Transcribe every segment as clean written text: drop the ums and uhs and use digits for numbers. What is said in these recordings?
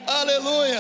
Aleluia.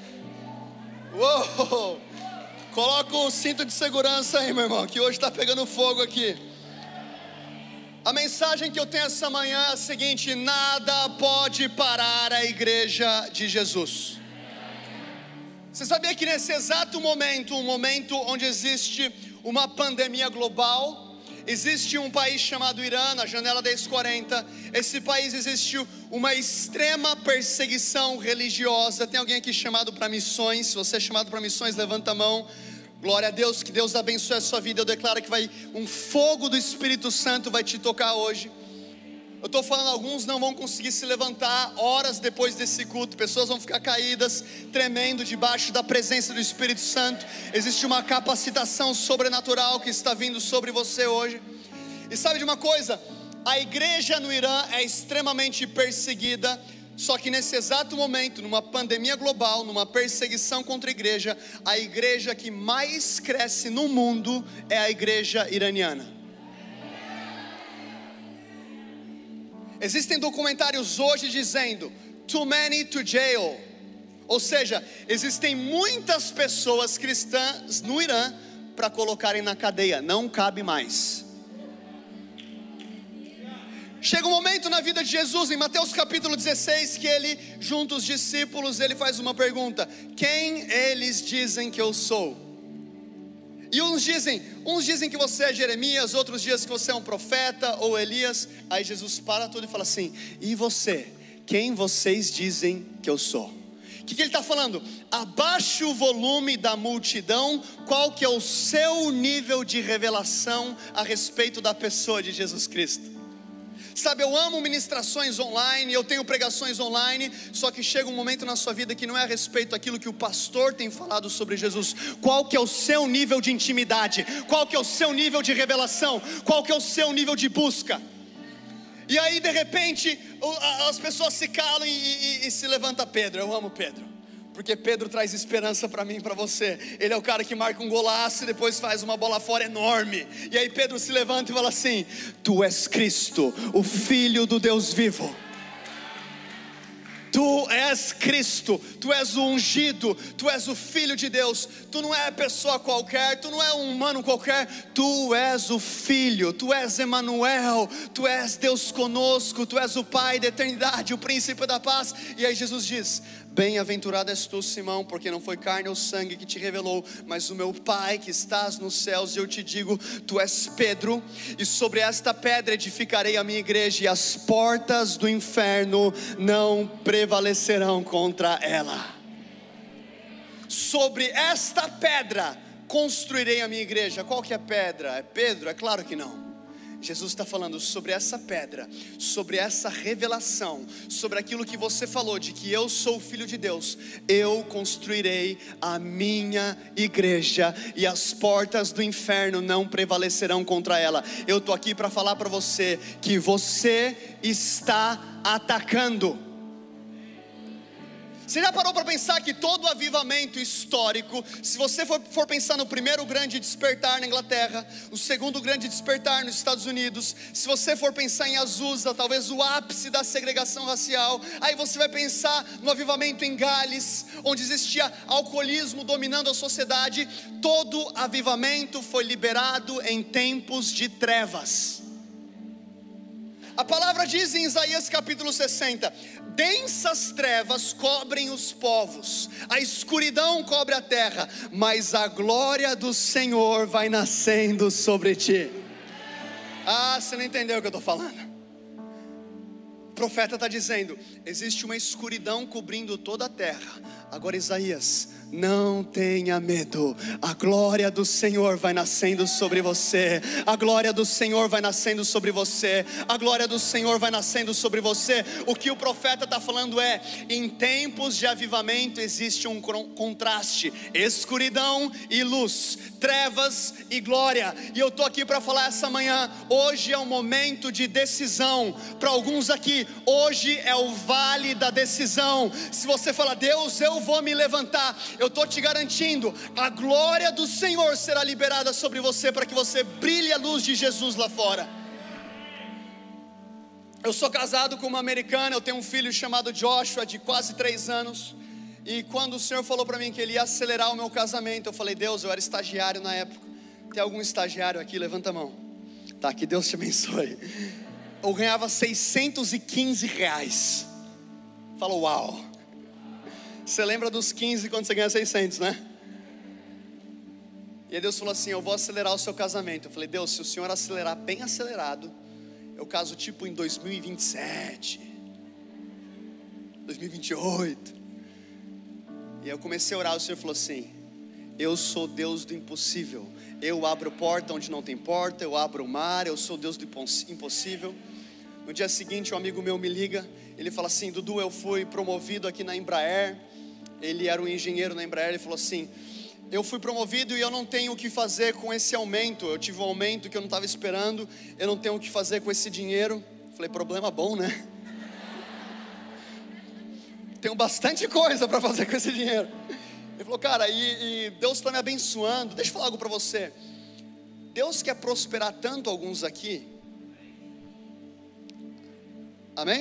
Uou. Coloca o cinto de segurança aí, meu irmão, que hoje está pegando fogo aqui. A mensagem que eu tenho essa manhã é a seguinte: nada pode parar a igreja de Jesus. Você sabia que nesse exato momento, um momento onde existe uma pandemia global, existe um país chamado Irã, na janela 1040. Esse país existe uma extrema perseguição religiosa. Tem alguém aqui chamado para missões? Se você é chamado para missões, levanta a mão. Glória a Deus, que Deus abençoe a sua vida. Eu declaro que um fogo do Espírito Santo vai te tocar hoje. Eu estou falando, alguns não vão conseguir se levantar horas depois desse culto. Pessoas vão ficar caídas, tremendo debaixo da presença do Espírito Santo. Existe uma capacitação sobrenatural que está vindo sobre você hoje. E sabe de uma coisa? A igreja no Irã é extremamente perseguida. Só que nesse exato momento, numa pandemia global, numa perseguição contra a igreja que mais cresce no mundo é a igreja iraniana. Existem documentários hoje dizendo too many to jail, ou seja, existem muitas pessoas cristãs no Irã para colocarem na cadeia, não cabe mais. Chega um momento na vida de Jesus, em Mateus capítulo 16, que ele, junto aos discípulos, ele faz uma pergunta: quem eles dizem que eu sou? E uns dizem que você é Jeremias, outros dizem que você é um profeta ou Elias. Aí Jesus para tudo e fala assim: e você? Quem vocês dizem que eu sou? O que ele está falando? Abaixe o volume da multidão. Qual que é o seu nível de revelação a respeito da pessoa de Jesus Cristo? Sabe, eu amo ministrações online, eu tenho pregações online, só que chega um momento na sua vida que não é a respeito daquilo que o pastor tem falado sobre Jesus. Qual que é o seu nível de intimidade? Qual que é o seu nível de revelação? Qual que é o seu nível de busca? E aí de repente as pessoas se calam e se levanta Pedro. Eu amo Pedro, porque Pedro traz esperança para mim e para você. Ele é o cara que marca um golaço e depois faz uma bola fora enorme. E aí Pedro se levanta e fala assim: tu és Cristo, o Filho do Deus vivo. Tu és Cristo, tu és o ungido, tu és o Filho de Deus. Tu não é pessoa qualquer, tu não é um humano qualquer. Tu és o Filho, tu és Emanuel, tu és Deus conosco, tu és o Pai da eternidade, o Príncipe da paz. E aí Jesus diz: bem-aventurado és tu, Simão, porque não foi carne ou sangue que te revelou, mas o meu Pai que estás nos céus. E eu te digo, tu és Pedro, e sobre esta pedra edificarei a minha igreja, e as portas do inferno não prevalecerão contra ela. Sobre esta pedra construirei a minha igreja. Qual que é a pedra? É Pedro? É claro que não. Jesus está falando sobre essa pedra, sobre essa revelação, sobre aquilo que você falou, de que eu sou o Filho de Deus. Eu construirei a minha igreja, e as portas do inferno não prevalecerão contra ela. Eu estou aqui para falar para você que você está atacando. Você já parou para pensar que todo avivamento histórico, se você for pensar no primeiro grande despertar na Inglaterra, o segundo grande despertar nos Estados Unidos, se você for pensar em Azusa, talvez o ápice da segregação racial, aí você vai pensar no avivamento em Gales, onde existia alcoolismo dominando a sociedade. Todo avivamento foi liberado em tempos de trevas. A palavra diz em Isaías capítulo 60: densas trevas cobrem os povos, a escuridão cobre a terra, mas a glória do Senhor vai nascendo sobre ti. Ah, você não entendeu o que eu estou falando. O profeta está dizendo: existe uma escuridão cobrindo toda a terra. Agora Isaías, não tenha medo, a glória do Senhor vai nascendo sobre você. A glória do Senhor vai nascendo sobre você. A glória do Senhor vai nascendo sobre você. O que o profeta está falando é: em tempos de avivamento existe um contraste, escuridão e luz, trevas e glória. E eu estou aqui para falar essa manhã, hoje é um momento de decisão. Para alguns aqui, hoje é o vale da decisão. Se você fala: Deus, eu vou me levantar, eu estou te garantindo, a glória do Senhor será liberada sobre você, para que você brilhe a luz de Jesus lá fora. Eu sou casado com uma americana, eu tenho um filho chamado Joshua, de quase 3 anos. E quando o Senhor falou para mim que Ele ia acelerar o meu casamento, eu falei: Deus, eu era estagiário na época. Tem algum estagiário aqui? Levanta a mão. Tá, que Deus te abençoe. Eu ganhava R$615. Fala, uau. Você lembra dos 15 quando você ganha 600, né? E aí Deus falou assim: eu vou acelerar o seu casamento. Eu falei: Deus, se o Senhor acelerar bem acelerado, eu caso tipo em 2027, 2028. E aí eu comecei a orar, o Senhor falou assim: eu sou Deus do impossível. Eu abro porta onde não tem porta, eu abro o mar, eu sou Deus do impossível. No dia seguinte, um amigo meu me liga, ele fala assim: Dudu, eu fui promovido aqui na Embraer. Ele era um engenheiro na Embraer. Ele falou assim: eu fui promovido e eu não tenho o que fazer com esse aumento. Eu tive um aumento que eu não estava esperando, eu não tenho o que fazer com esse dinheiro. Eu falei: problema bom, né? Tenho bastante coisa para fazer com esse dinheiro. Ele falou: cara, e Deus está me abençoando. Deixa eu falar algo para você. Deus quer prosperar tanto alguns aqui. Amém?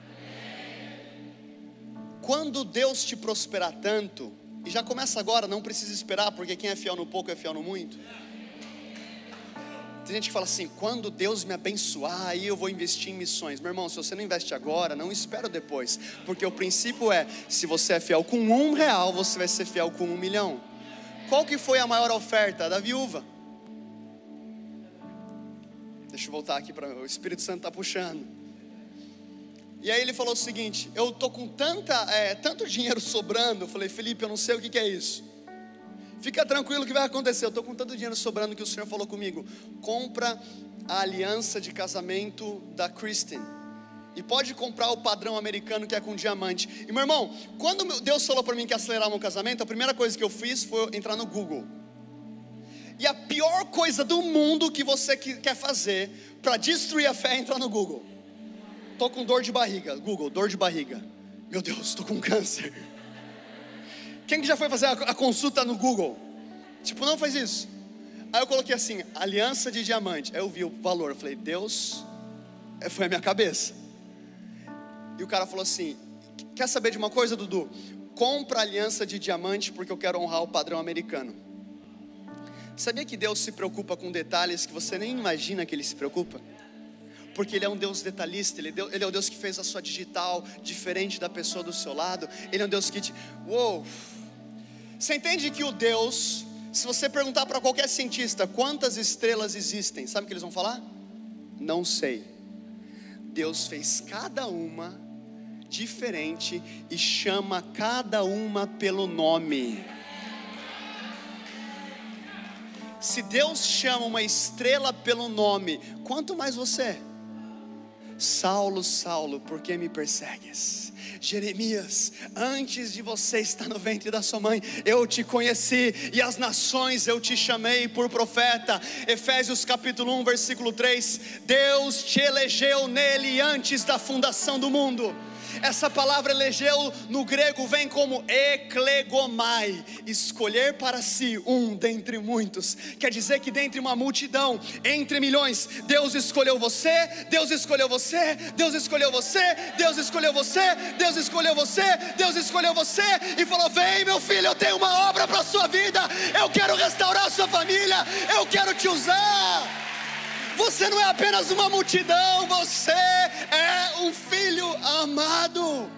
Quando Deus te prosperar tanto, e já começa agora, não precisa esperar, porque quem é fiel no pouco é fiel no muito. Tem gente que fala assim: quando Deus me abençoar, aí eu vou investir em missões. Meu irmão, se você não investe agora, não espera depois. Porque o princípio é: se você é fiel com R$1, você vai ser fiel com 1 milhão. Qual que foi a maior oferta? A da viúva. Deixa eu voltar aqui, o Espírito Santo está puxando. E aí ele falou o seguinte: eu estou com tanto dinheiro sobrando. Eu falei: Felipe, eu não sei o que é isso. Fica tranquilo que vai acontecer. Eu estou com tanto dinheiro sobrando que o Senhor falou comigo: compra a aliança de casamento da Kristen. E pode comprar o padrão americano, que é com diamante. E meu irmão, quando Deus falou para mim que ia acelerar meu casamento, a primeira coisa que eu fiz foi entrar no Google. E a pior coisa do mundo que você quer fazer para destruir a fé é entrar no Google. Estou com dor de barriga. Google, dor de barriga. Meu Deus, estou com câncer. Quem que já foi fazer a consulta no Google? Tipo, não faz isso. Aí eu coloquei assim: aliança de diamante. Aí eu vi o valor, eu falei: Deus, foi a minha cabeça. E o cara falou assim: quer saber de uma coisa, Dudu? Compra a aliança de diamante, porque eu quero honrar o padrão americano. Sabia que Deus se preocupa com detalhes que você nem imagina que Ele se preocupa? Porque Ele é um Deus detalhista. Ele é o Deus que fez a sua digital diferente da pessoa do seu lado. Ele é um Deus que te... Uou! Você entende que o Deus, se você perguntar para qualquer cientista quantas estrelas existem, sabe o que eles vão falar? Não sei. Deus fez cada uma diferente e chama cada uma pelo nome. Se Deus chama uma estrela pelo nome, quanto mais você? Saulo, Saulo, por que me persegues? Jeremias, antes de você estar no ventre da sua mãe, eu te conheci, e as nações eu te chamei por profeta. Efésios capítulo 1, versículo 3, Deus te elegeu nele antes da fundação do mundo. Essa palavra elegeu no grego vem como eklegomai, escolher para si um dentre muitos. Quer dizer que dentre uma multidão, entre milhões, Deus escolheu você, Deus escolheu você, Deus escolheu você, Deus escolheu você, Deus escolheu você, Deus escolheu você, e falou: vem meu filho, eu tenho uma obra para a sua vida, eu quero restaurar a sua família, eu quero te usar. Você não é apenas uma multidão, você é um filho amado.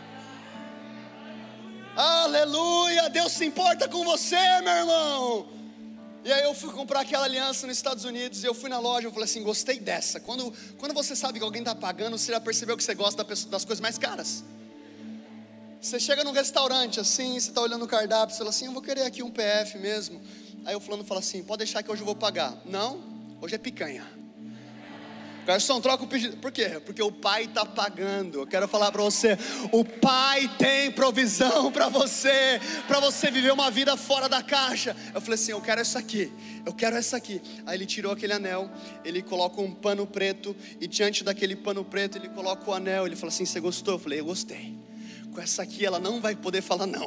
Aleluia, Deus se importa com você, meu irmão. E aí eu fui comprar aquela aliança nos Estados Unidos, e eu fui na loja, eu falei assim: gostei dessa. Quando você sabe que alguém está pagando, você já percebeu que você gosta das coisas mais caras. Você chega num restaurante assim, você está olhando o cardápio, você fala assim: eu vou querer aqui um PF mesmo. Aí o fulano fala assim: pode deixar que hoje eu vou pagar. Não, hoje é picanha. Garçom, troca o pedido. Por quê? Porque o Pai está pagando. Eu quero falar para você: o Pai tem provisão para você viver uma vida fora da caixa. Eu falei assim: eu quero essa aqui, eu quero essa aqui. Aí ele tirou aquele anel, ele coloca um pano preto, e diante daquele pano preto ele coloca o anel. Ele falou assim: você gostou? Eu falei: eu gostei. Com essa aqui ela não vai poder falar não.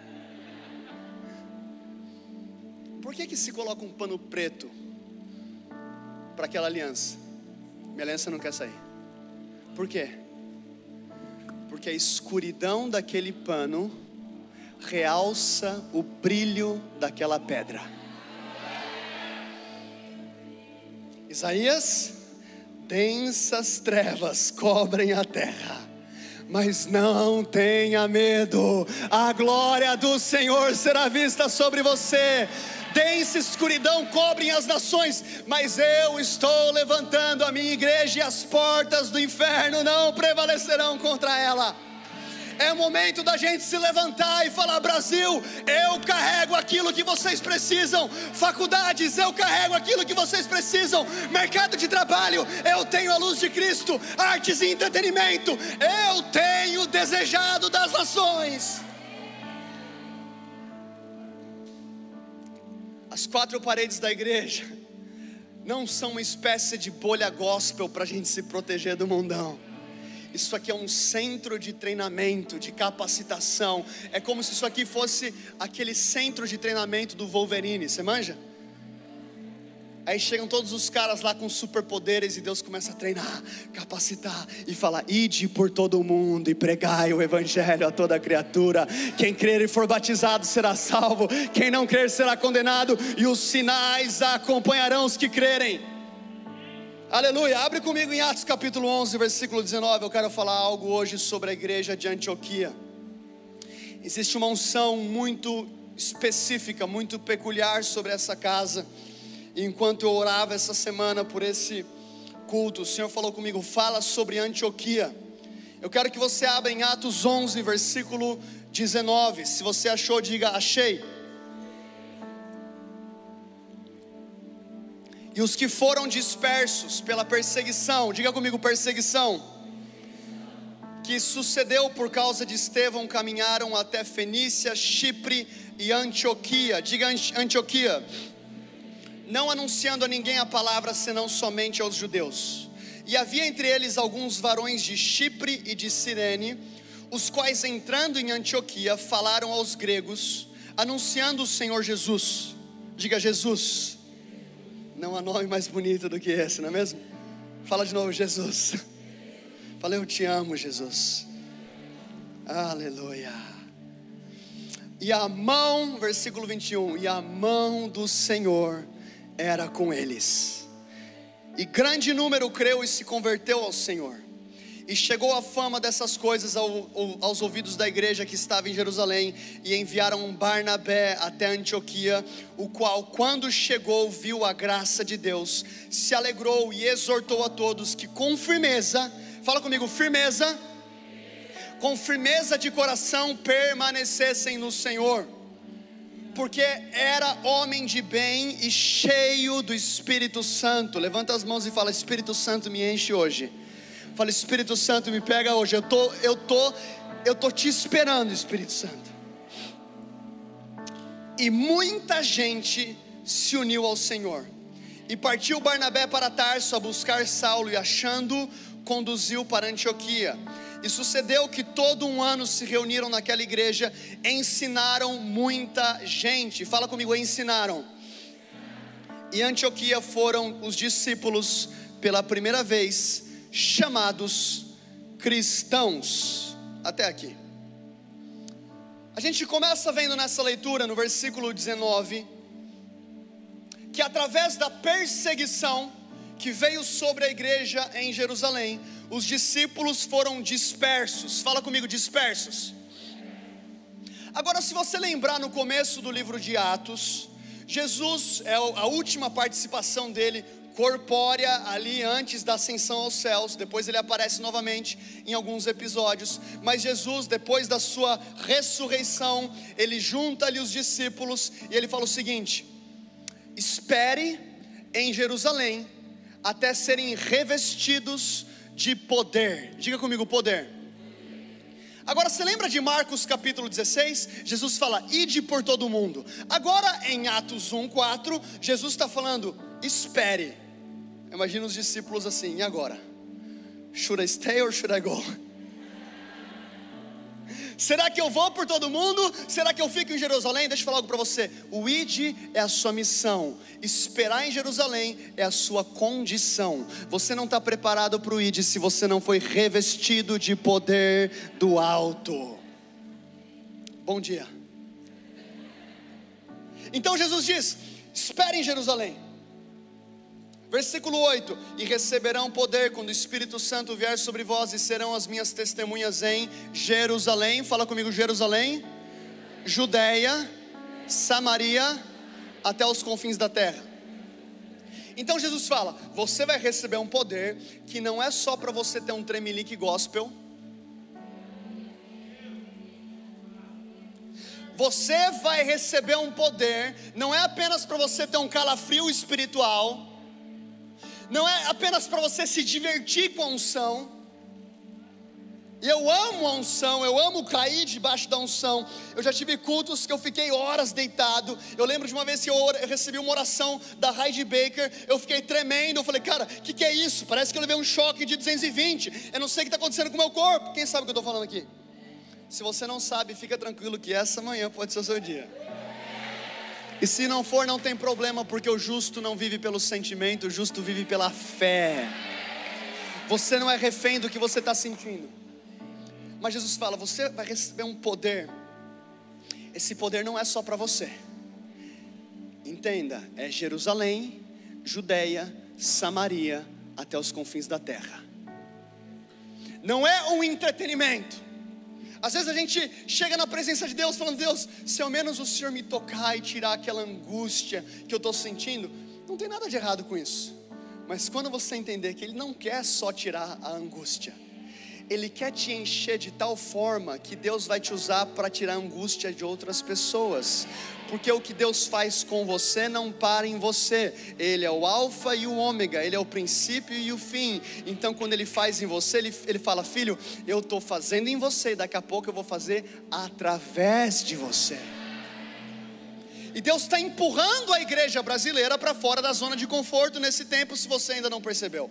Por que se coloca um pano preto para aquela aliança? Minha aliança não quer sair. Por quê? Porque a escuridão daquele pano realça o brilho daquela pedra. Isaías: densas trevas cobrem a terra, mas não tenha medo, a glória do Senhor será vista sobre você. Densa escuridão cobrem as nações, mas eu estou levantando a minha igreja, e as portas do inferno não prevalecerão contra ela. É o momento da gente se levantar e falar: Brasil, eu carrego aquilo que vocês precisam. Faculdades, eu carrego aquilo que vocês precisam. Mercado de trabalho, eu tenho a luz de Cristo. Artes e entretenimento, eu tenho desejado das nações. As quatro paredes da igreja não são uma espécie de bolha gospel para a gente se proteger do mundão. Isso aqui é um centro de treinamento, de capacitação. É como se isso aqui fosse aquele centro de treinamento do Wolverine, você manja? Aí chegam todos os caras lá com superpoderes, e Deus começa a treinar, capacitar e falar: ide por todo o mundo e pregai o evangelho a toda criatura. Quem crer e for batizado será salvo, quem não crer será condenado, e os sinais acompanharão os que crerem. Aleluia. Abre comigo em Atos capítulo 11, versículo 19. Eu quero falar algo hoje sobre a igreja de Antioquia. Existe uma unção muito específica, muito peculiar sobre essa casa. Enquanto eu orava essa semana por esse culto, o Senhor falou comigo: fala sobre Antioquia. Eu quero que você abra em Atos 11, versículo 19. Se você achou, diga: achei. E os que foram dispersos pela perseguição, diga comigo: perseguição, que sucedeu por causa de Estevão, caminharam até Fenícia, Chipre e Antioquia. Diga Antioquia. Não anunciando a ninguém a palavra, senão somente aos judeus. E havia entre eles alguns varões de Chipre e de Cirene, os quais, entrando em Antioquia, falaram aos gregos, anunciando o Senhor Jesus. Diga Jesus. Não há nome mais bonito do que esse, não é mesmo? Fala de novo: Jesus. Fala: eu te amo, Jesus. Aleluia. E a mão, versículo 21, e a mão do Senhor era com eles, e grande número creu e se converteu ao Senhor. E chegou a fama dessas coisas aos ouvidos da igreja que estava em Jerusalém, e enviaram Barnabé até Antioquia, o qual, quando chegou, viu a graça de Deus, se alegrou e exortou a todos que com firmeza, fala comigo: firmeza, com firmeza de coração permanecessem no Senhor, porque era homem de bem e cheio do Espírito Santo. Levanta as mãos e fala: Espírito Santo, me enche hoje. Fala: Espírito Santo, me pega hoje. Eu tô te esperando, Espírito Santo. E muita gente se uniu ao Senhor. E partiu Barnabé para Tarso a buscar Saulo, e achando, conduziu para Antioquia. E sucedeu que todo um ano se reuniram naquela igreja, ensinaram muita gente. Fala comigo: ensinaram. E Antioquia foram os discípulos pela primeira vez chamados cristãos. Até aqui. A gente começa vendo nessa leitura, no versículo 19, que através da perseguição que veio sobre a igreja em Jerusalém, os discípulos foram dispersos. Fala comigo: dispersos. Agora, se você lembrar, no começo do livro de Atos, Jesus, é a última participação dele corpórea ali antes da ascensão aos céus. Depois ele aparece novamente em alguns episódios, mas Jesus, depois da sua ressurreição, ele junta ali os discípulos e ele fala o seguinte: espere em Jerusalém até serem revestidos de poder. Diga comigo: poder. Agora, você lembra de Marcos capítulo 16? Jesus fala: ide por todo o mundo. Agora em Atos 1:4, Jesus está falando: espere. Imagina os discípulos assim: e agora? Should I stay or should I go? Será que eu vou por todo mundo? Será que eu fico em Jerusalém? Deixa eu falar algo para você: o ID é a sua missão, esperar em Jerusalém é a sua condição. Você não está preparado para o ID se você não foi revestido de poder do alto. Bom dia. Então Jesus diz: espere em Jerusalém. Versículo 8: e receberão poder quando o Espírito Santo vier sobre vós, e serão as minhas testemunhas em Jerusalém. Fala comigo: Jerusalém, Judeia, Samaria, até os confins da terra. Então Jesus fala: você vai receber um poder que não é só para você ter um tremelique gospel. Você vai receber um poder, não é apenas para você ter um calafrio espiritual, não é apenas para você se divertir com a unção. E eu amo a unção, eu amo cair debaixo da unção. Eu já tive cultos que eu fiquei horas deitado. Eu lembro de uma vez que eu recebi uma oração da Heidi Baker. Eu fiquei tremendo, eu falei: cara, o que é isso? Parece que eu levei um choque de 220. Eu não sei o que está acontecendo com o meu corpo. Quem sabe o que eu estou falando aqui? Se você não sabe, fica tranquilo que essa manhã pode ser o seu dia. E se não for, não tem problema, porque o justo não vive pelo sentimento, o justo vive pela fé. Você não é refém do que você está sentindo. Mas Jesus fala: você vai receber um poder. Esse poder não é só para você. Entenda, é Jerusalém, Judeia, Samaria, até os confins da terra. Não é um entretenimento. Às vezes a gente chega na presença de Deus falando: Deus, se ao menos o Senhor me tocar e tirar aquela angústia que eu estou sentindo. Não tem nada de errado com isso. Mas quando você entender que Ele não quer só tirar a angústia, Ele quer te encher de tal forma que Deus vai te usar para tirar a angústia de outras pessoas. Porque o que Deus faz com você não para em você. Ele é o alfa e o ômega, Ele é o princípio e o fim. Então quando Ele faz em você, Ele fala: filho, eu estou fazendo em você, daqui a pouco eu vou fazer através de você. E Deus está empurrando a igreja brasileira para fora da zona de conforto nesse tempo, se você ainda não percebeu.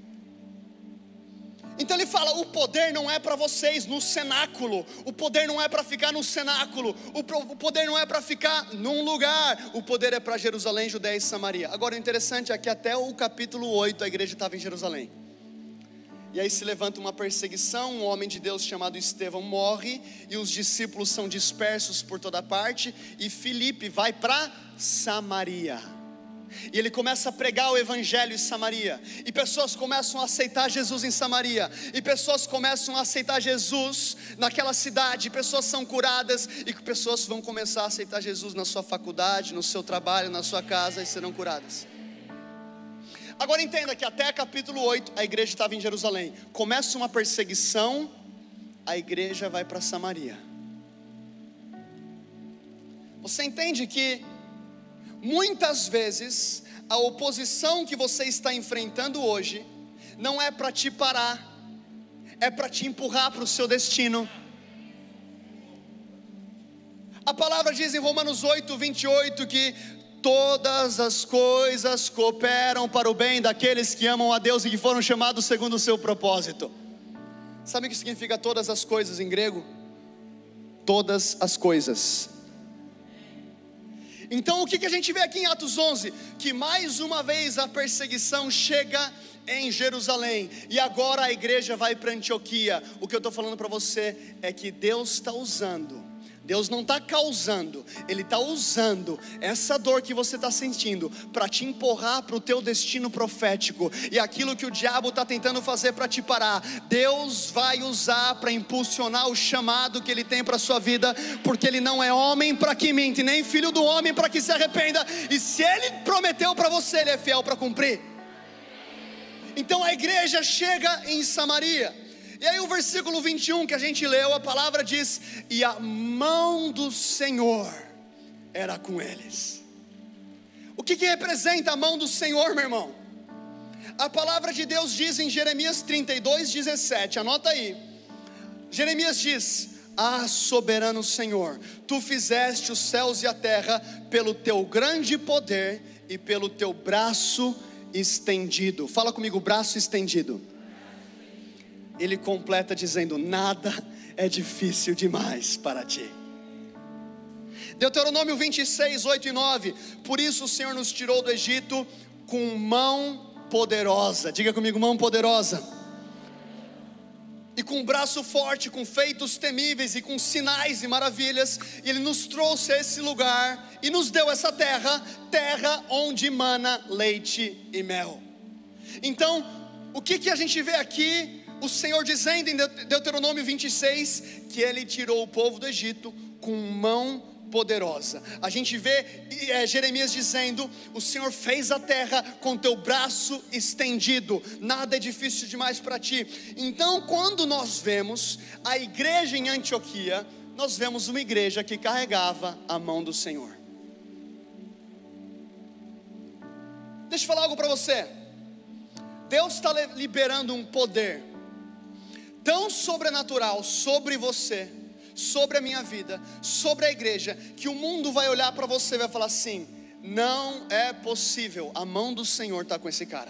Então Ele fala: o poder não é para vocês no cenáculo, o poder não é para ficar no cenáculo, o poder não é para ficar num lugar, o poder é para Jerusalém, Judeia e Samaria. Agora o interessante é que até o capítulo 8 a igreja estava em Jerusalém. E aí se levanta uma perseguição, um homem de Deus chamado Estevão morre, e os discípulos são dispersos por toda parte, e Filipe vai para Samaria. E ele começa a pregar o evangelho em Samaria, e pessoas começam a aceitar Jesus em Samaria, e pessoas começam a aceitar Jesus naquela cidade, pessoas são curadas, e pessoas vão começar a aceitar Jesus na sua faculdade, no seu trabalho, na sua casa, e serão curadas. Agora entenda que até capítulo 8 a igreja estava em Jerusalém. Começa uma perseguição, a igreja vai para Samaria. Você entende que muitas vezes a oposição que você está enfrentando hoje não é para te parar, é para te empurrar para o seu destino. A palavra diz em Romanos 8:28 que todas as coisas cooperam para o bem daqueles que amam a Deus e que foram chamados segundo o seu propósito. Sabe o que significa todas as coisas em grego? Todas as coisas. Então o que a gente vê aqui em Atos 11? Que mais uma vez a perseguição chega em Jerusalém, e agora a igreja vai para Antioquia. O que eu estou falando para você é que Deus está usando, Deus não está causando, Ele está usando essa dor que você está sentindo para te empurrar para o teu destino profético. E aquilo que o diabo está tentando fazer para te parar, Deus vai usar para impulsionar o chamado que Ele tem para a sua vida. Porque Ele não é homem para que mente, nem filho do homem para que se arrependa. E se Ele prometeu para você, Ele é fiel para cumprir. Então a igreja chega em Samaria. E aí o versículo 21 que a gente leu, a palavra diz: e a mão do Senhor era com eles. O que representa a mão do Senhor, meu irmão? A palavra de Deus diz em Jeremias 32:17, anota aí. Jeremias diz: ah, soberano Senhor, Tu fizeste os céus e a terra pelo Teu grande poder e pelo Teu braço estendido. Fala comigo: braço estendido. Ele completa dizendo: nada é difícil demais para Ti. Deuteronômio 26:8 e 9. Por isso o Senhor nos tirou do Egito com mão poderosa. Diga comigo: mão poderosa. e com um braço forte, com feitos temíveis e com sinais e maravilhas, e Ele nos trouxe a esse lugar e nos deu essa terra, terra onde mana leite e mel. Então, o que a gente vê aqui? O Senhor dizendo em Deuteronômio 26, que Ele tirou o povo do Egito com mão poderosa. A gente vê Jeremias dizendo: o Senhor fez a terra com teu braço estendido, nada é difícil demais para ti. Então, quando nós vemos a igreja em Antioquia, nós vemos uma igreja que carregava a mão do Senhor. Deixa eu falar algo para você. Deus está liberando um poder tão sobrenatural sobre você, sobre a minha vida, sobre a igreja, que o mundo vai olhar para você e vai falar assim: não é possível, a mão do Senhor está com esse cara.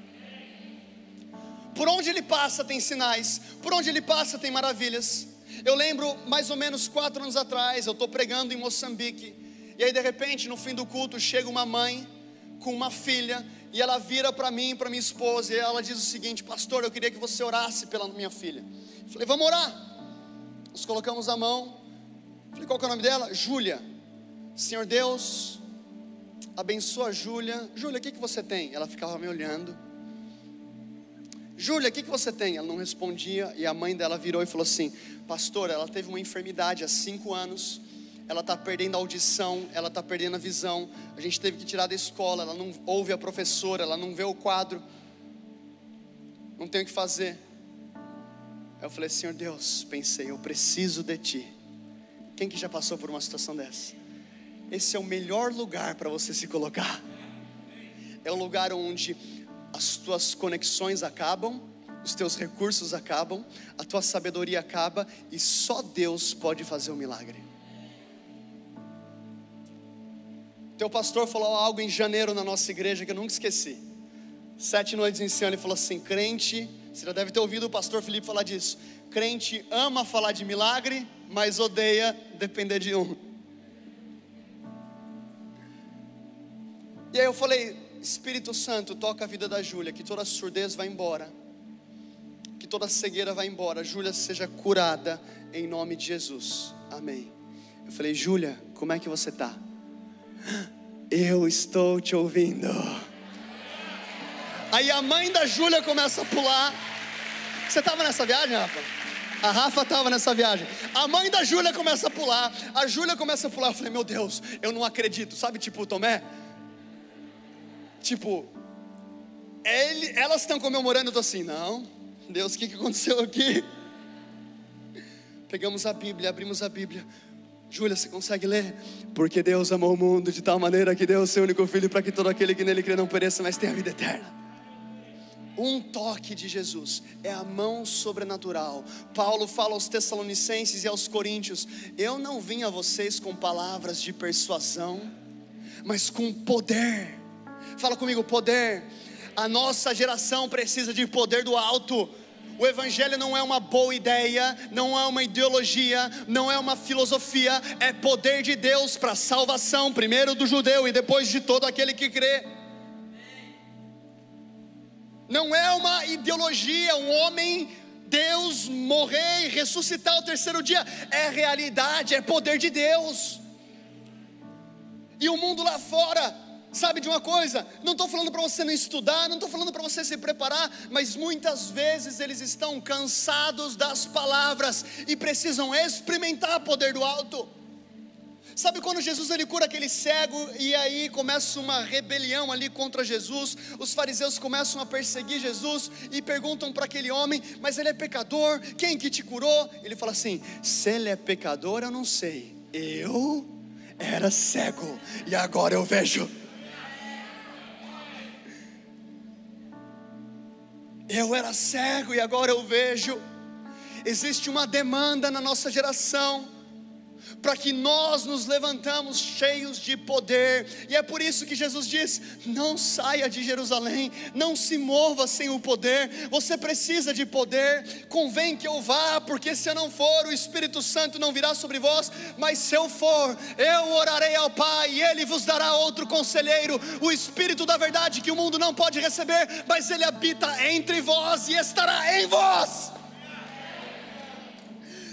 Por onde ele passa tem sinais, por onde ele passa tem maravilhas. Eu lembro mais ou menos 4 anos atrás, eu estou pregando em Moçambique, e aí de repente no fim do culto chega uma mãe com uma filha, e ela vira para mim, para minha esposa, e ela diz o seguinte: pastor, eu queria que você orasse pela minha filha. Eu falei: vamos orar. Nós colocamos a mão. Falei: qual que é o nome dela? Júlia. Senhor Deus, abençoa a Júlia. Júlia, o que você tem? Ela ficava me olhando. Júlia, o que você tem? Ela não respondia, e a mãe dela virou e falou assim: pastor, ela teve uma enfermidade há 5 anos, ela está perdendo a audição, ela está perdendo a visão, a gente teve que tirar da escola, ela não ouve a professora, ela não vê o quadro, não tem o que fazer. Eu falei: Senhor Deus, pensei, eu preciso de Ti. Quem que já passou por uma situação dessa? Esse é o melhor lugar para você se colocar. É um lugar onde as tuas conexões acabam, os teus recursos acabam, a tua sabedoria acaba, e só Deus pode fazer um milagre. Teu pastor falou algo em janeiro na nossa igreja que eu nunca esqueci. 7 noites em cima, ele falou assim: crente, você já deve ter ouvido o pastor Felipe falar disso, crente ama falar de milagre, mas odeia depender de um. E aí eu falei: Espírito Santo, toca a vida da Júlia, que toda surdez vai embora, que toda cegueira vai embora, Júlia seja curada em nome de Jesus, amém. Eu falei: Júlia, como é que você está? Eu estou te ouvindo. Aí a mãe da Júlia começa a pular. Você estava nessa viagem, Rafa? A Rafa estava nessa viagem. A mãe da Júlia começa a pular. A Júlia começa a pular. Eu falei: meu Deus, eu não acredito. Sabe, tipo Tomé? Tipo, elas estão comemorando. Eu estou assim: não, Deus, o que aconteceu aqui? Pegamos a Bíblia, abrimos a Bíblia. Júlia, você consegue ler? Porque Deus amou o mundo de tal maneira que deu o seu único filho, para que todo aquele que nele crê não pereça, mas tenha vida eterna. Um toque de Jesus é a mão sobrenatural. Paulo fala aos Tessalonicenses e aos Coríntios: eu não vim a vocês com palavras de persuasão, mas com poder. Fala comigo: poder. A nossa geração precisa de poder do alto. O evangelho não é uma boa ideia, não é uma ideologia, não é uma filosofia, é poder de Deus para salvação, primeiro do judeu e depois de todo aquele que crê. Não é uma ideologia, um homem, Deus morrer e ressuscitar ao 3º dia, é realidade, é poder de Deus. E o mundo lá fora, sabe de uma coisa? Não estou falando para você não estudar, não estou falando para você se preparar, mas muitas vezes eles estão cansados das palavras e precisam experimentar o poder do alto. Sabe quando Jesus ele cura aquele cego e aí começa uma rebelião ali contra Jesus? Os fariseus começam a perseguir Jesus e perguntam para aquele homem: mas ele é pecador, quem que te curou? Ele fala assim: se ele é pecador eu não sei, eu era cego e agora eu vejo. Eu era cego e agora eu vejo. Existe uma demanda na nossa geração para que nós nos levantamos cheios de poder. E é por isso que Jesus diz: não saia de Jerusalém, não se mova sem o poder. Você precisa de poder. Convém que eu vá, porque se eu não for, o Espírito Santo não virá sobre vós. Mas se eu for, eu orarei ao Pai e Ele vos dará outro conselheiro, o Espírito da verdade, que o mundo não pode receber, mas Ele habita entre vós e estará em vós.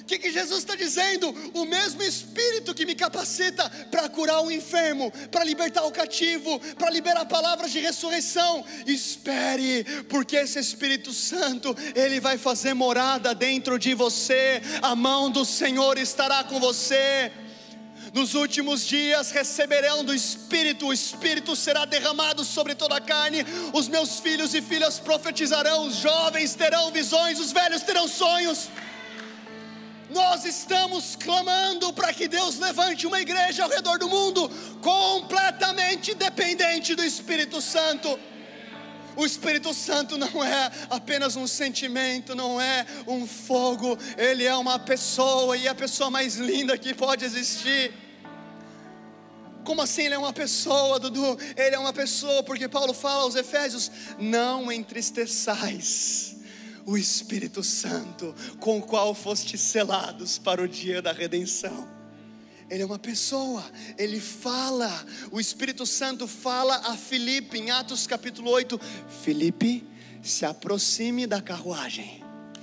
que Jesus está dizendo? O mesmo Espírito que me capacita para curar o enfermo, para libertar o cativo, para liberar palavras de ressurreição. Espere, porque esse Espírito Santo, ele vai fazer morada dentro de você. A mão do Senhor estará com você. Nos últimos dias receberão do Espírito, o Espírito será derramado sobre toda a carne. Os meus filhos e filhas profetizarão, os jovens terão visões, os velhos terão sonhos. Nós estamos clamando para que Deus levante uma igreja ao redor do mundo completamente dependente do Espírito Santo. O Espírito Santo não é apenas um sentimento, não é um fogo, ele é uma pessoa, e é a pessoa mais linda que pode existir. Como assim ele é uma pessoa, Dudu? Ele é uma pessoa porque Paulo fala aos Efésios: não entristeçais o Espírito Santo, com o qual fostes selados para o dia da redenção. Ele é uma pessoa, ele fala. O Espírito Santo fala a Filipe em Atos capítulo 8: Filipe, se aproxime da carruagem.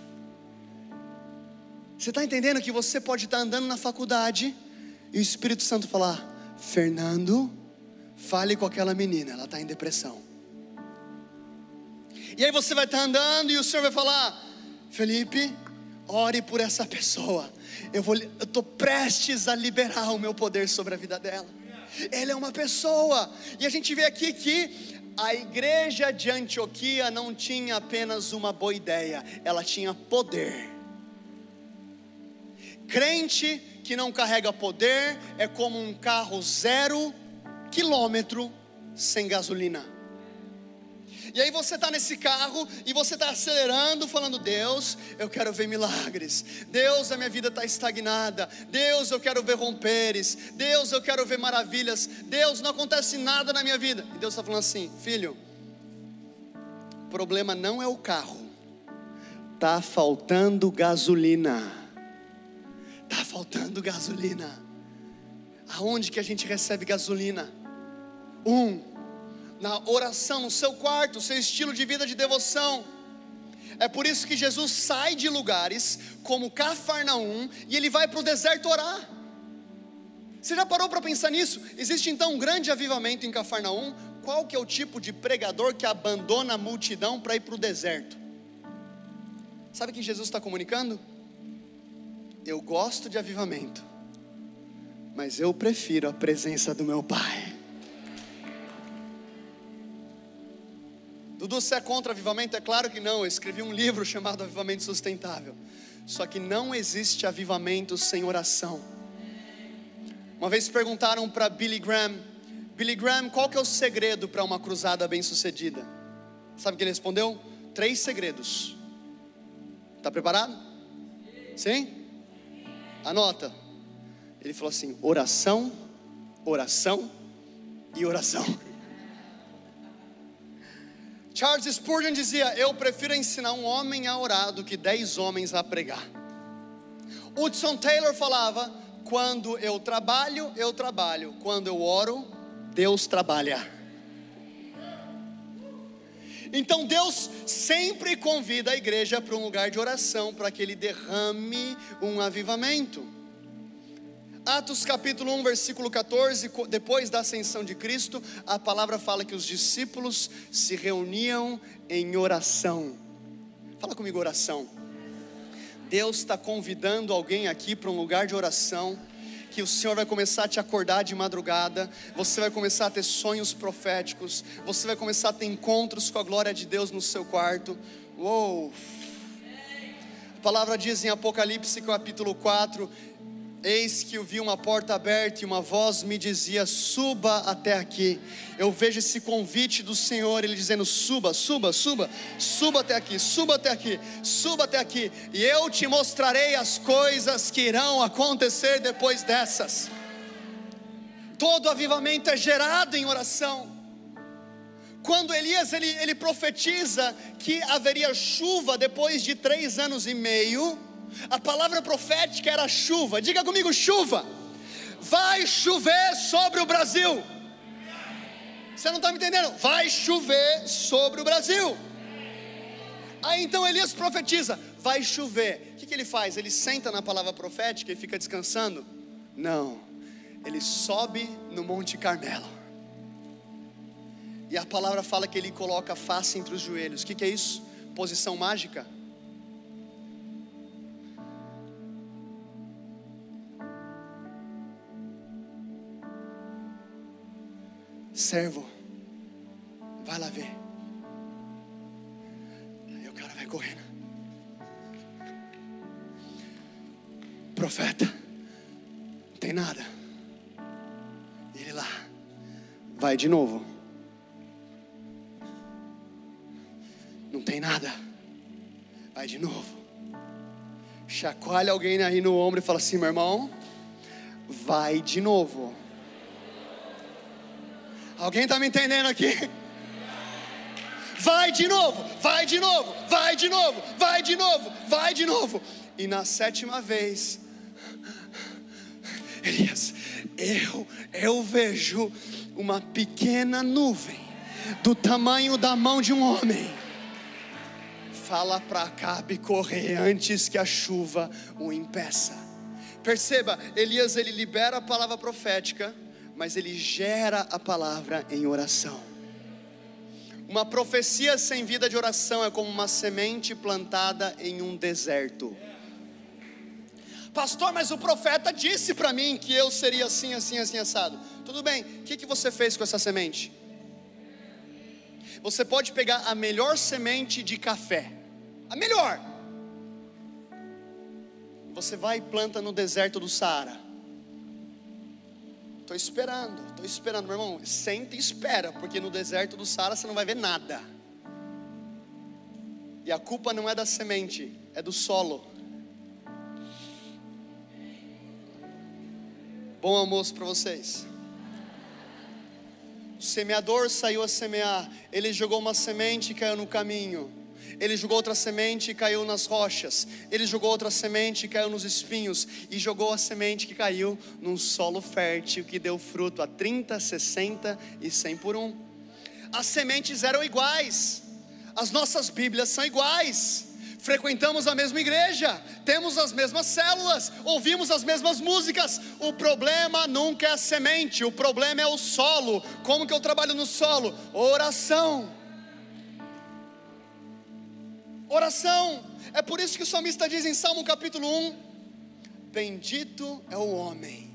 Você está entendendo que você pode estar andando na faculdade e o Espírito Santo falar: Fernando, fale com aquela menina, ela está em depressão. E aí você vai estar andando e o Senhor vai falar: Felipe, ore por essa pessoa. Eu estou prestes a liberar o meu poder sobre a vida dela. Ele é uma pessoa. E a gente vê aqui que a igreja de Antioquia não tinha apenas uma boa ideia, ela tinha poder. Crente que não carrega poder é como um carro 0 quilômetro sem gasolina. E aí você está nesse carro e você está acelerando, falando: Deus, eu quero ver milagres. Deus, a minha vida está estagnada. Deus, eu quero ver romperes. Deus, eu quero ver maravilhas. Deus, não acontece nada na minha vida. E Deus está falando assim: filho, o problema não é o carro, está faltando gasolina. Está faltando gasolina. Aonde que a gente recebe gasolina? Na oração, no seu quarto, seu estilo de vida de devoção. É por isso que Jesus sai de lugares como Cafarnaum e ele vai para o deserto orar. Você já parou para pensar nisso? Existe então um grande avivamento em Cafarnaum. Qual que é o tipo de pregador que abandona a multidão para ir para o deserto? Sabe o que Jesus está comunicando? Eu gosto de avivamento, mas eu prefiro a presença do meu Pai. Dudu, você é contra avivamento? É claro que não. Eu escrevi um livro chamado Avivamento Sustentável. Só que não existe avivamento sem oração. Uma vez perguntaram para Billy Graham: Billy Graham, qual que é o segredo para uma cruzada bem sucedida? Sabe o que ele respondeu? 3 segredos. Está preparado? Sim? Anota. Ele falou assim: oração, oração e oração. Charles Spurgeon dizia: eu prefiro ensinar um homem a orar do que 10 homens a pregar. Hudson Taylor falava: quando eu trabalho, quando eu oro, Deus trabalha. Então Deus sempre convida a igreja para um lugar de oração, para que Ele derrame um avivamento. Atos capítulo 1 versículo 14, depois da ascensão de Cristo, a palavra fala que os discípulos se reuniam em oração. Fala comigo, oração. Deus está convidando alguém aqui para um lugar de oração, que o Senhor vai começar a te acordar de madrugada, você vai começar a ter sonhos proféticos, você vai começar a ter encontros com a glória de Deus no seu quarto. Uou! A palavra diz em Apocalipse capítulo 4: eis que eu vi uma porta aberta e uma voz me dizia: suba até aqui. Eu vejo esse convite do Senhor, Ele dizendo: suba, suba, suba, suba até aqui, suba até aqui, suba até aqui, e eu te mostrarei as coisas que irão acontecer depois dessas. Todo avivamento é gerado em oração. Quando Elias ele profetiza que haveria chuva depois de 3 anos e meio, a palavra profética era chuva. Diga comigo: chuva. Vai chover sobre o Brasil. Você não está me entendendo? Vai chover sobre o Brasil. Aí então Elias profetiza: vai chover. O que ele faz? Ele senta na palavra profética e fica descansando? Não, ele sobe no Monte Carmelo. E a palavra fala que ele coloca a face entre os joelhos. O que é isso? Posição mágica? Servo, vai lá ver. Aí o cara vai correndo. Profeta, não tem nada. E ele lá, vai de novo. Não tem nada. Vai de novo. Chacoalha alguém aí no ombro e fala assim: meu irmão, vai de novo. Alguém está me entendendo aqui? Vai de novo, vai de novo, vai de novo, vai de novo, vai de novo. E na 7ª vez, Elias, eu vejo uma pequena nuvem do tamanho da mão de um homem. Fala para Acabe correr antes que a chuva o impeça. Perceba, Elias, ele libera a palavra profética, mas ele gera a palavra em oração. Uma profecia sem vida de oração é como uma semente plantada em um deserto. Pastor, mas o profeta disse para mim que eu seria assim, assim, assim, assado. Tudo bem, o que você fez com essa semente? Você pode pegar a melhor semente de café, a melhor. Você vai e planta no deserto do Saara. Estou esperando, meu irmão. Senta e espera, porque no deserto do Saara você não vai ver nada. E a culpa não é da semente, é do solo. Bom almoço para vocês. O semeador saiu a semear. Ele jogou uma semente e caiu no caminho. Ele jogou outra semente e caiu nas rochas. Ele jogou outra semente e caiu nos espinhos. E jogou a semente que caiu num solo fértil, que deu fruto a 30, 60 e 100 por 1. As sementes eram iguais. As nossas Bíblias são iguais. Frequentamos a mesma igreja, temos as mesmas células, ouvimos as mesmas músicas. O problema nunca é a semente, o problema é o solo. Como que eu trabalho no solo? Oração. Oração. É por isso que o salmista diz em Salmo capítulo 1: bendito é o homem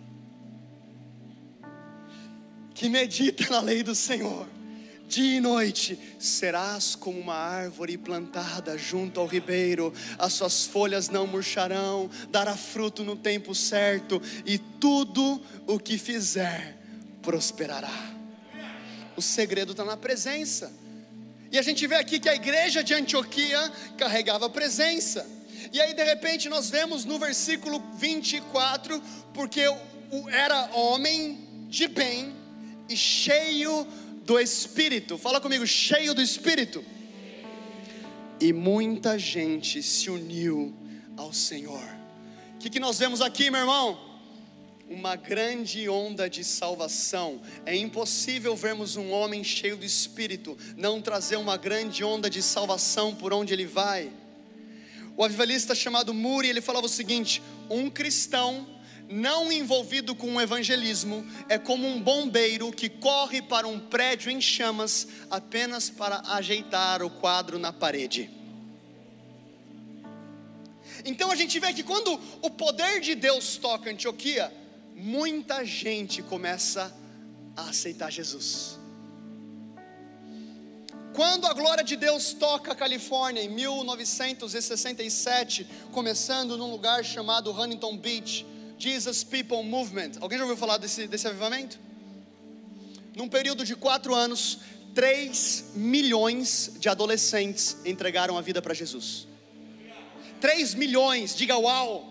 que medita na lei do Senhor, dia e noite. Serás como uma árvore plantada junto ao ribeiro, as suas folhas não murcharão, dará fruto no tempo certo, e tudo o que fizer prosperará. O segredo está na presença. E a gente vê aqui que a igreja de Antioquia carregava a presença. E aí de repente nós vemos no versículo 24, porque era homem de bem e cheio do Espírito. Fala comigo, cheio do Espírito. E muita gente se uniu ao Senhor. O que nós vemos aqui, meu irmão? Uma grande onda de salvação. É impossível vermos um homem cheio do Espírito não trazer uma grande onda de salvação por onde ele vai. O avivalista chamado Moody, ele falava o seguinte: um cristão não envolvido com o evangelismo é como um bombeiro que corre para um prédio em chamas apenas para ajeitar o quadro na parede. Então a gente vê que quando o poder de Deus toca Antioquia, muita gente começa a aceitar Jesus. Quando a glória de Deus toca a Califórnia em 1967, começando num lugar chamado Huntington Beach, Jesus People Movement. Alguém já ouviu falar desse avivamento? Num período de 4 anos, 3 milhões de adolescentes entregaram a vida para Jesus. 3 milhões, diga uau!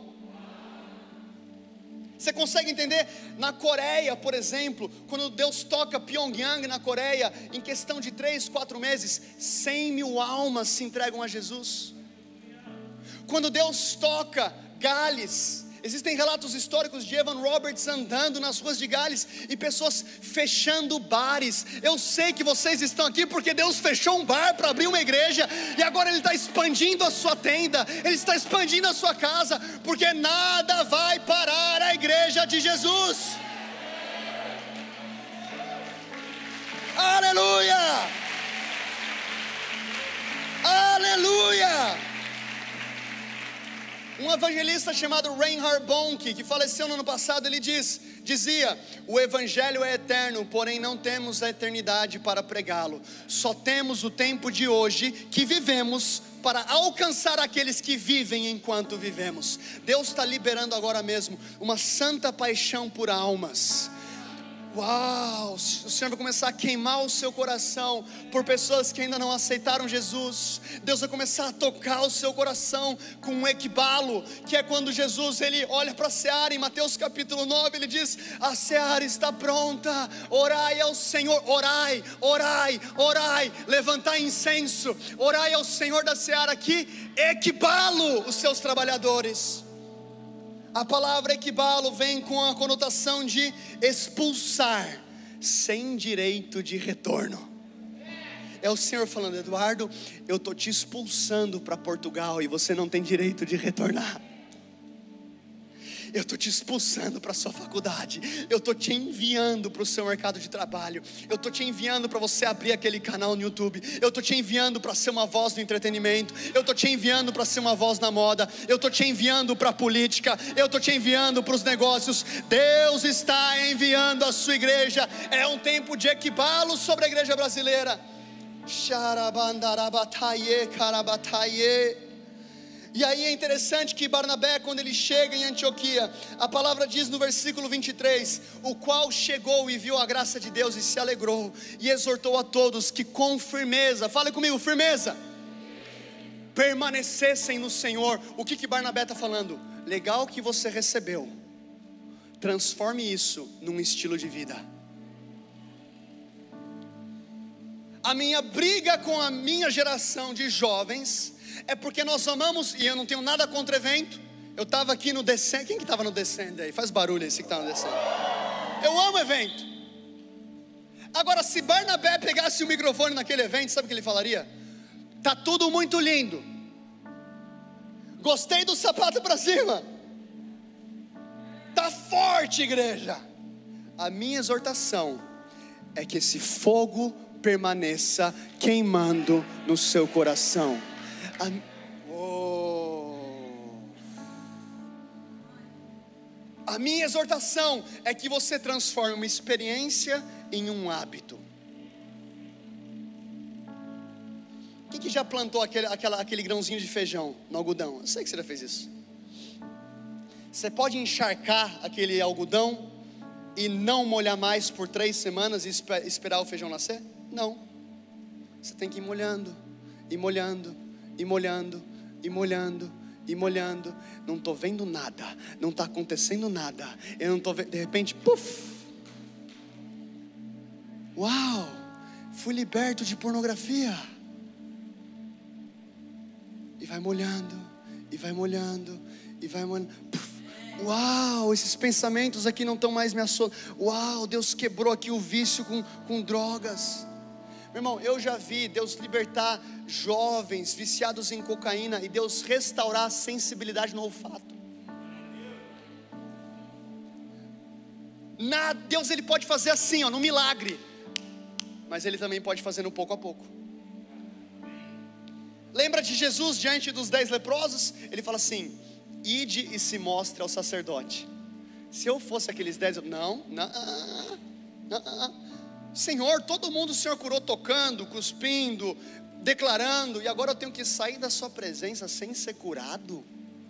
Você consegue entender? Na Coreia, por exemplo, quando Deus toca Pyongyang na Coreia, em questão de 3, 4 meses, 100 mil almas se entregam a Jesus. Quando Deus toca Gales, Existem relatos históricos de Evan Roberts andando nas ruas de Gales e pessoas fechando bares. Eu sei que vocês estão aqui porque Deus fechou um bar para abrir uma igreja, e agora Ele está expandindo a sua tenda, Ele está expandindo a sua casa, porque nada vai parar a igreja de Jesus. Aleluia! Aleluia! Um evangelista chamado Reinhard Bonnke, que faleceu no ano passado, ele dizia: o evangelho é eterno, porém não temos a eternidade para pregá-lo. Só temos o tempo de hoje que vivemos para alcançar aqueles que vivem enquanto vivemos. Deus está liberando agora mesmo uma santa paixão por almas. Uau, o Senhor vai começar a queimar o seu coração por pessoas que ainda não aceitaram Jesus. Deus vai começar a tocar o seu coração com um equibalo, que é quando Jesus ele olha para a seara. Em Mateus capítulo 9 ele diz: a seara está pronta, orai ao Senhor, orai, orai, orai, levantai incenso, orai ao Senhor da seara, que equibalo os seus trabalhadores. A palavra equibalo vem com a conotação de expulsar, sem direito de retorno. É o Senhor falando: Eduardo, eu estou te expulsando para Portugal e você não tem direito de retornar. Eu estou te expulsando para a sua faculdade. Eu estou te enviando para o seu mercado de trabalho. Eu estou te enviando para você abrir aquele canal no YouTube. Eu estou te enviando para ser uma voz do entretenimento. Eu estou te enviando para ser uma voz na moda. Eu estou te enviando para a política. Eu estou te enviando para os negócios. Deus está enviando a sua igreja. É um tempo de equibalo sobre a igreja brasileira. Xarabandarabataie, carabataie. E aí é interessante que Barnabé, quando ele chega em Antioquia, a palavra diz no versículo 23: o qual chegou e viu a graça de Deus e se alegrou, e exortou a todos que com firmeza, fale comigo, firmeza, permanecessem no Senhor. O que Barnabé está falando? Legal que você recebeu, transforme isso num estilo de vida. A minha briga com a minha geração de jovens é porque nós amamos, e eu não tenho nada contra evento. Eu estava aqui no Descend. Quem que estava no Descend aí? Faz barulho esse que estava no Descend. Eu amo evento. Agora, se Barnabé pegasse o microfone naquele evento, sabe o que ele falaria? Tá tudo muito lindo, gostei do sapato para cima, tá forte, igreja. A minha exortação é que esse fogo permaneça queimando no seu coração. A minha exortação é que você transforme uma experiência em um hábito. Quem que já plantou aquele grãozinho de feijão no algodão? Eu sei que você já fez isso. Você pode encharcar aquele algodão e não molhar mais por 3 semanas e esperar o feijão nascer? Não. Você tem que ir molhando, e molhando, e molhando, e molhando, e molhando. Não estou vendo nada, não está acontecendo nada. Eu não estou vendo, de repente, puf! Uau! Fui liberto de pornografia. E vai molhando, e vai molhando, e vai molhando. Puf! Uau, esses pensamentos aqui não estão mais me assolando. Uau, Deus quebrou aqui o vício com drogas. Meu irmão, eu já vi Deus libertar jovens viciados em cocaína e Deus restaurar a sensibilidade no olfato. Deus ele pode fazer assim, no milagre, mas Ele também pode fazer no pouco a pouco. Lembra de Jesus diante dos 10 leprosos? Ele fala assim: ide e se mostre ao sacerdote. Se eu fosse aqueles 10, não. Senhor, todo mundo o Senhor curou tocando, cuspindo, declarando, e agora eu tenho que sair da sua presença sem ser curado?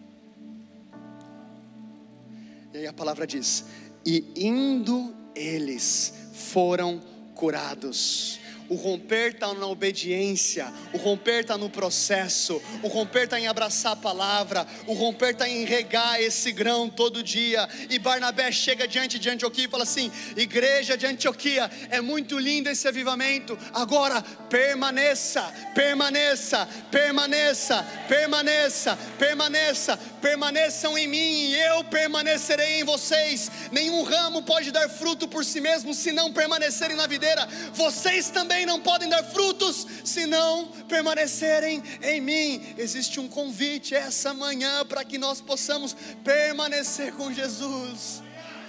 E aí a palavra diz: e indo eles foram curados. O romper está na obediência, o romper está no processo, o romper está em abraçar a palavra, o romper está em regar esse grão todo dia. E Barnabé chega diante de Antioquia e fala assim: igreja de Antioquia, é muito lindo esse avivamento, agora permaneça, permaneça, permaneça, permaneça, permaneça, permaneçam em mim e eu permanecerei em vocês. Nenhum ramo pode dar fruto por si mesmo se não permanecerem na videira. Vocês também não podem dar frutos se não permanecerem em mim. Existe um convite essa manhã para que nós possamos permanecer com Jesus.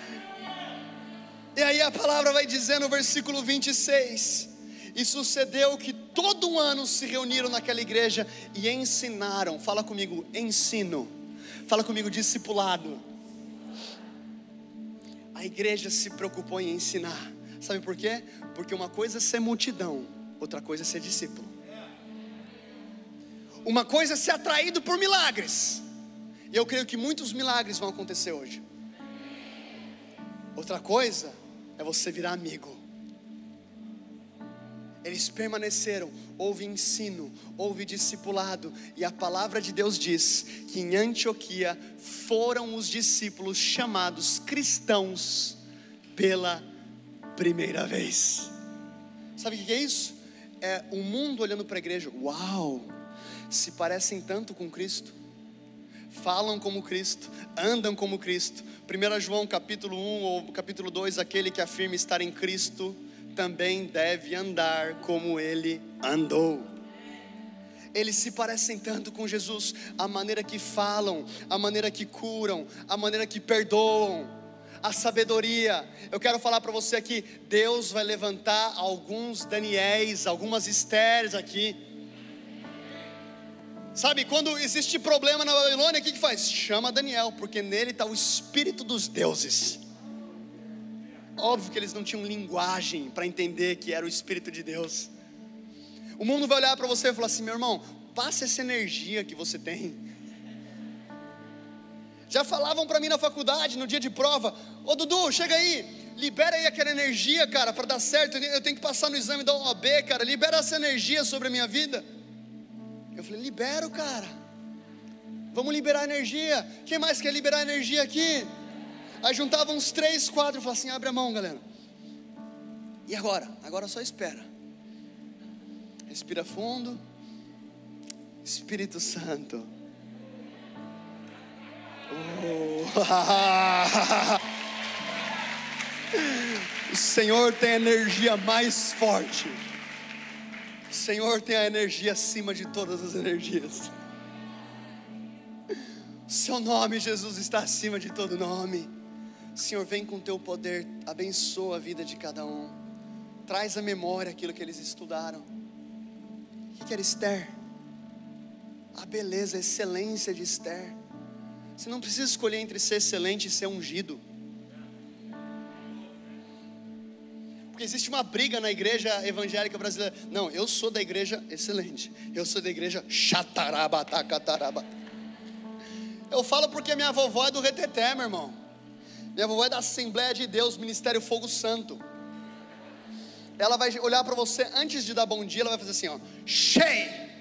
E aí a palavra vai dizer no versículo 26: e sucedeu que todo um ano se reuniram naquela igreja e ensinaram. Fala comigo, ensino. Fala comigo, discipulado. A igreja se preocupou em ensinar. Sabe por quê? Porque uma coisa é ser multidão, outra coisa é ser discípulo. Uma coisa é ser atraído por milagres, e eu creio que muitos milagres vão acontecer hoje. Outra coisa é você virar amigo. Eles permaneceram, houve ensino, houve discipulado, e a palavra de Deus diz que em Antioquia foram os discípulos chamados cristãos pela primeira vez. Sabe o que é isso? É o mundo olhando para a igreja. Uau, se parecem tanto com Cristo, falam como Cristo, andam como Cristo. 1 João capítulo 1 ou capítulo 2, aquele que afirma estar em Cristo também deve andar como Ele andou. Eles se parecem tanto com Jesus, a maneira que falam, a maneira que curam, a maneira que perdoam, a sabedoria. Eu quero falar para você aqui, Deus vai levantar alguns Daniéis, algumas Estéres aqui. Sabe, quando existe problema na Babilônia, o que faz? Chama Daniel, porque nele está o espírito dos deuses. Óbvio que eles não tinham linguagem para entender que era o Espírito de Deus. O mundo vai olhar para você e falar assim: meu irmão, passa essa energia que você tem. Já falavam para mim na faculdade, no dia de prova: ô Dudu, chega aí, libera aí aquela energia, cara, para dar certo. Eu tenho que passar no exame da OAB, cara, libera essa energia sobre a minha vida. Eu falei: libero, cara, vamos liberar energia. Quem mais quer liberar energia aqui? Aí juntava uns 3, 4 e falava assim: abre a mão, galera. E agora? Agora só espera. Respira fundo. Espírito Santo. O Senhor tem a energia mais forte. O Senhor tem a energia acima de todas as energias. O seu nome, Jesus, está acima de todo nome. Senhor, vem com teu poder, abençoa a vida de cada um. Traz à memória aquilo que eles estudaram. O que era Esther? A beleza, a excelência de Esther. Você não precisa escolher entre ser excelente e ser ungido. Porque existe uma briga na igreja evangélica brasileira. Não, eu sou da igreja excelente, eu sou da igreja chatarabatacataraba. Eu falo porque minha vovó é do Reteté, meu irmão. Minha vovó é da Assembleia de Deus, Ministério Fogo Santo. Ela vai olhar para você antes de dar bom dia, ela vai fazer assim, ó: cheio.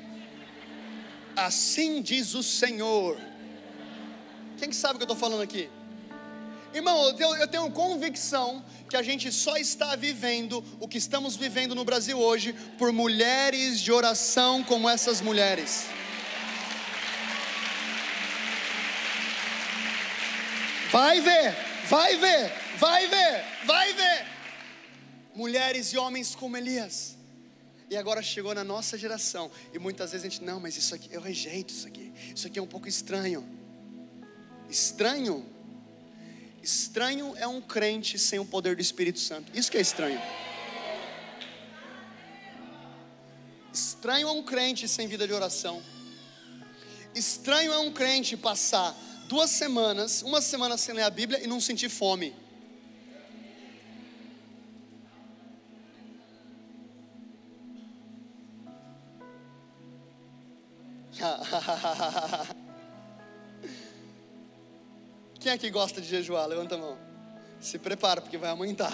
Assim diz o Senhor. Quem que sabe o que eu estou falando aqui? Irmão, eu tenho convicção que a gente só está vivendo o que estamos vivendo no Brasil hoje por mulheres de oração como essas mulheres. Vai ver, vai ver, vai ver, vai ver. Mulheres e homens como Elias. E agora chegou na nossa geração. E muitas vezes a gente, não, mas isso aqui, eu rejeito isso aqui. Isso aqui é um pouco estranho. Estranho? Estranho é um crente sem o poder do Espírito Santo. Isso que é estranho. Estranho é um crente sem vida de oração. Estranho é um crente passar 2 semanas, uma semana sem ler a Bíblia e não sentir fome. Quem é que gosta de jejuar? Levanta a mão. Se prepara, porque vai aumentar.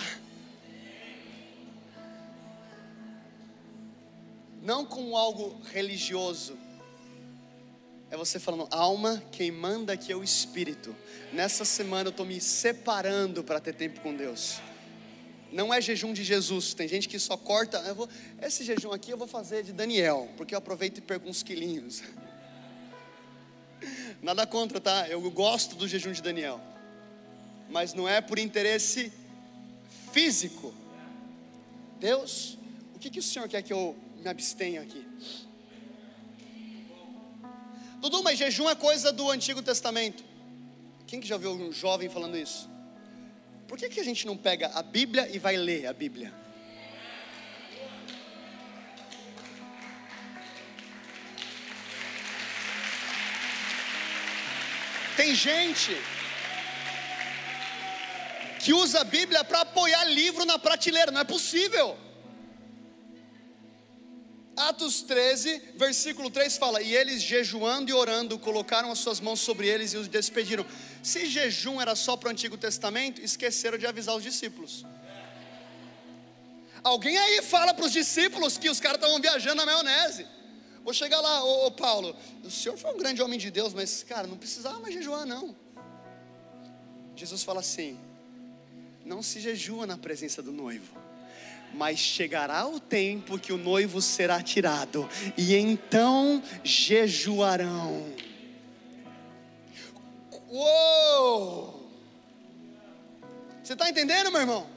Não como algo religioso. É você falando, alma, quem manda aqui é o Espírito. Nessa semana eu estou me separando para ter tempo com Deus. Não é jejum de Jesus. Tem gente que só corta. Esse jejum aqui eu vou fazer de Daniel, porque eu aproveito e perco uns quilinhos. Nada contra, tá? Eu gosto do jejum de Daniel, mas não é por interesse físico. Deus, o que o Senhor quer que eu me abstenha aqui? Dudu, mas jejum é coisa do Antigo Testamento. Quem que já viu um jovem falando isso? Por que a gente não pega a Bíblia e vai ler a Bíblia? Tem gente que usa a Bíblia para apoiar livro na prateleira. Não é possível. Atos 13, versículo 3 fala: e eles jejuando e orando, colocaram as suas mãos sobre eles e os despediram. Se jejum era só para o Antigo Testamento, esqueceram de avisar os discípulos. Alguém aí fala para os discípulos que os caras estavam viajando na maionese. Vou chegar lá, ô Paulo, o senhor foi um grande homem de Deus, mas cara, não precisava mais jejuar não. Jesus fala assim: não se jejua na presença do noivo, mas chegará o tempo que o noivo será tirado, e então jejuarão. Uou! Você está entendendo, meu irmão?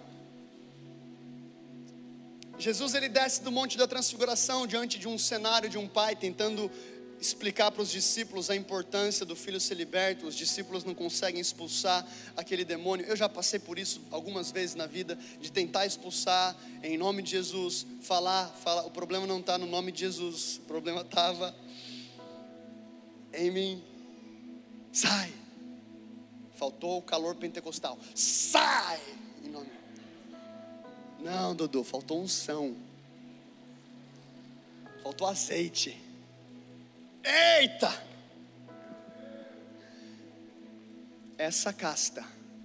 Jesus, ele desce do Monte da Transfiguração diante de um cenário de um pai tentando explicar para os discípulos a importância do filho ser liberto. Os discípulos não conseguem expulsar aquele demônio. Eu já passei por isso algumas vezes na vida, de tentar expulsar em nome de Jesus, falar, o problema não está no nome de Jesus, o problema estava em mim. Sai! Faltou o calor pentecostal. Sai! Em nome. Não, Dudu, faltou unção, faltou azeite. Eita! Essa casta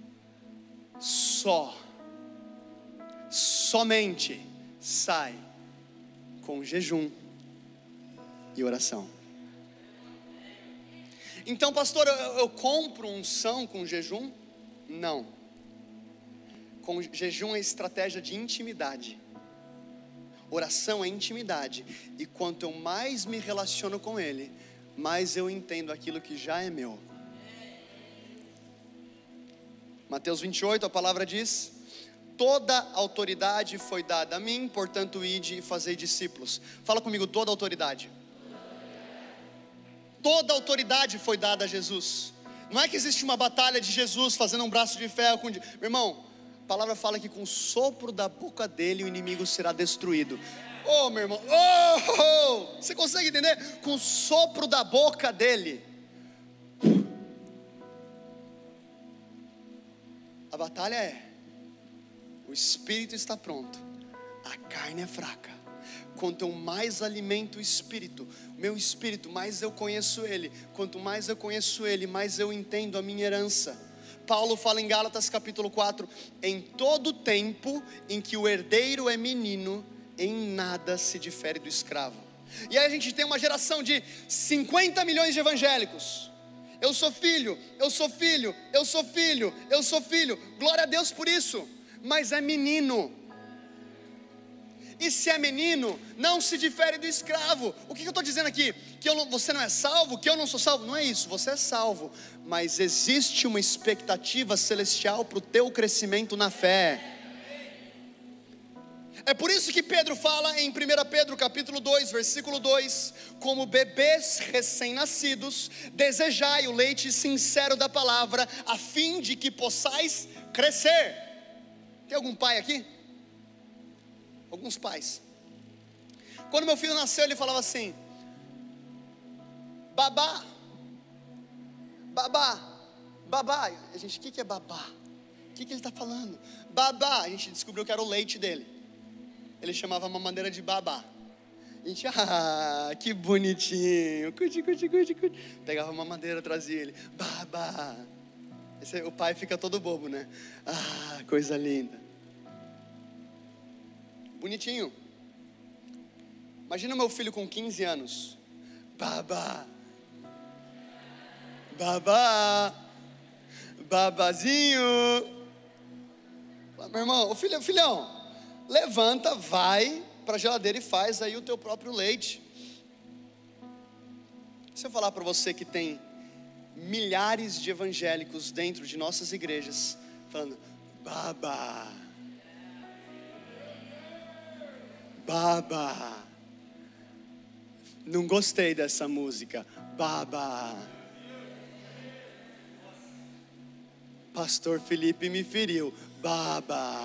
somente sai com jejum e oração. Então, pastor, eu compro unção com jejum? Não. Com jejum é estratégia de intimidade. Oração é intimidade. E quanto eu mais me relaciono com Ele, mais eu entendo aquilo que já é meu. Mateus 28, a palavra diz: toda autoridade foi dada a mim, portanto ide e fazei discípulos. Fala comigo, toda autoridade. Toda autoridade foi dada a Jesus. Não é que existe uma batalha de Jesus fazendo um braço de ferro com... Meu irmão, a palavra fala que com o sopro da boca dele o inimigo será destruído. Oh, meu irmão, você consegue entender? Com o sopro da boca dele. A batalha é: o espírito está pronto, a carne é fraca. Quanto eu mais alimento o espírito, meu espírito, mais eu conheço ele. Quanto mais eu conheço ele, mais eu entendo a minha herança. Paulo fala em Gálatas capítulo 4: em todo tempo em que o herdeiro é menino, em nada se difere do escravo. E aí a gente tem uma geração de 50 milhões de evangélicos. Eu sou filho, eu sou filho, eu sou filho, eu sou filho. Glória a Deus por isso. Mas é menino. E se é menino, não se difere do escravo. O que eu estou dizendo aqui? Que você não é salvo? Que eu não sou salvo? Não é isso, você é salvo, mas existe uma expectativa celestial para o teu crescimento na fé. É por isso que Pedro fala em 1 Pedro capítulo 2, versículo 2: como bebês recém-nascidos, desejai o leite sincero da palavra, a fim de que possais crescer. Tem algum pai aqui? Alguns pais. Quando meu filho nasceu, ele falava assim: babá, babá, babá. A gente, o que é babá? O que ele está falando? Babá. A gente descobriu que era o leite dele. Ele chamava a mamadeira de babá. A gente, que bonitinho. Cuti. Pegava a mamadeira, trazia ele, babá. O pai fica todo bobo, né? Coisa linda. Bonitinho. Imagina meu filho com 15 anos. Babá. Babá. Babazinho. Meu irmão, filhão, levanta, vai para a geladeira e faz aí o teu próprio leite. Se eu falar para você que tem milhares de evangélicos dentro de nossas igrejas falando: Baba, Baba, não gostei dessa música, Baba, Pastor Felipe me feriu, Baba.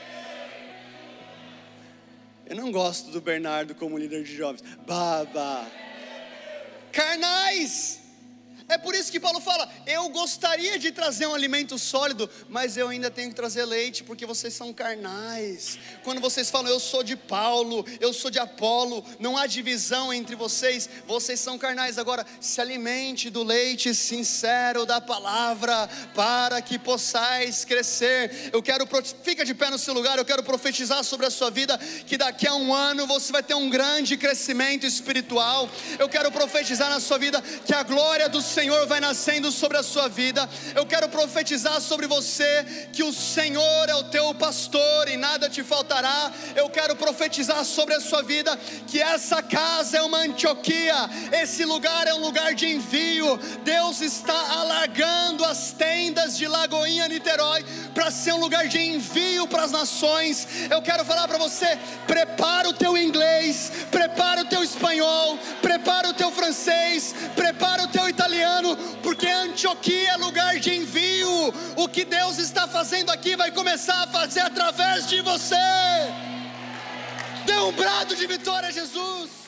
Eu não gosto do Bernardo como líder de jovens, Baba. Carnais. É por isso que Paulo fala: eu gostaria de trazer um alimento sólido, mas eu ainda tenho que trazer leite, porque vocês são carnais. Quando vocês falam: eu sou de Paulo, eu sou de Apolo, não há divisão entre vocês, vocês são carnais. Agora, se alimente do leite sincero da palavra, para que possais crescer. Fica de pé no seu lugar, eu quero profetizar sobre a sua vida, que daqui a um ano você vai ter um grande crescimento espiritual. Eu quero profetizar na sua vida, que a glória do Senhor vai nascendo sobre a sua vida. Eu quero profetizar sobre você, que o Senhor é o teu pastor e nada te faltará. Eu quero profetizar sobre a sua vida, que essa casa é uma Antioquia, esse lugar é um lugar de envio. Deus está alargando as tendas de Lagoinha, Niterói, para ser um lugar de envio para as nações. Eu quero falar para você: prepara o teu inglês, prepara o teu espanhol, prepara o teu francês, prepara o teu italiano, porque Antioquia é lugar de envio. O que Deus está fazendo aqui vai começar a fazer através de você. Dê um brado de vitória a Jesus.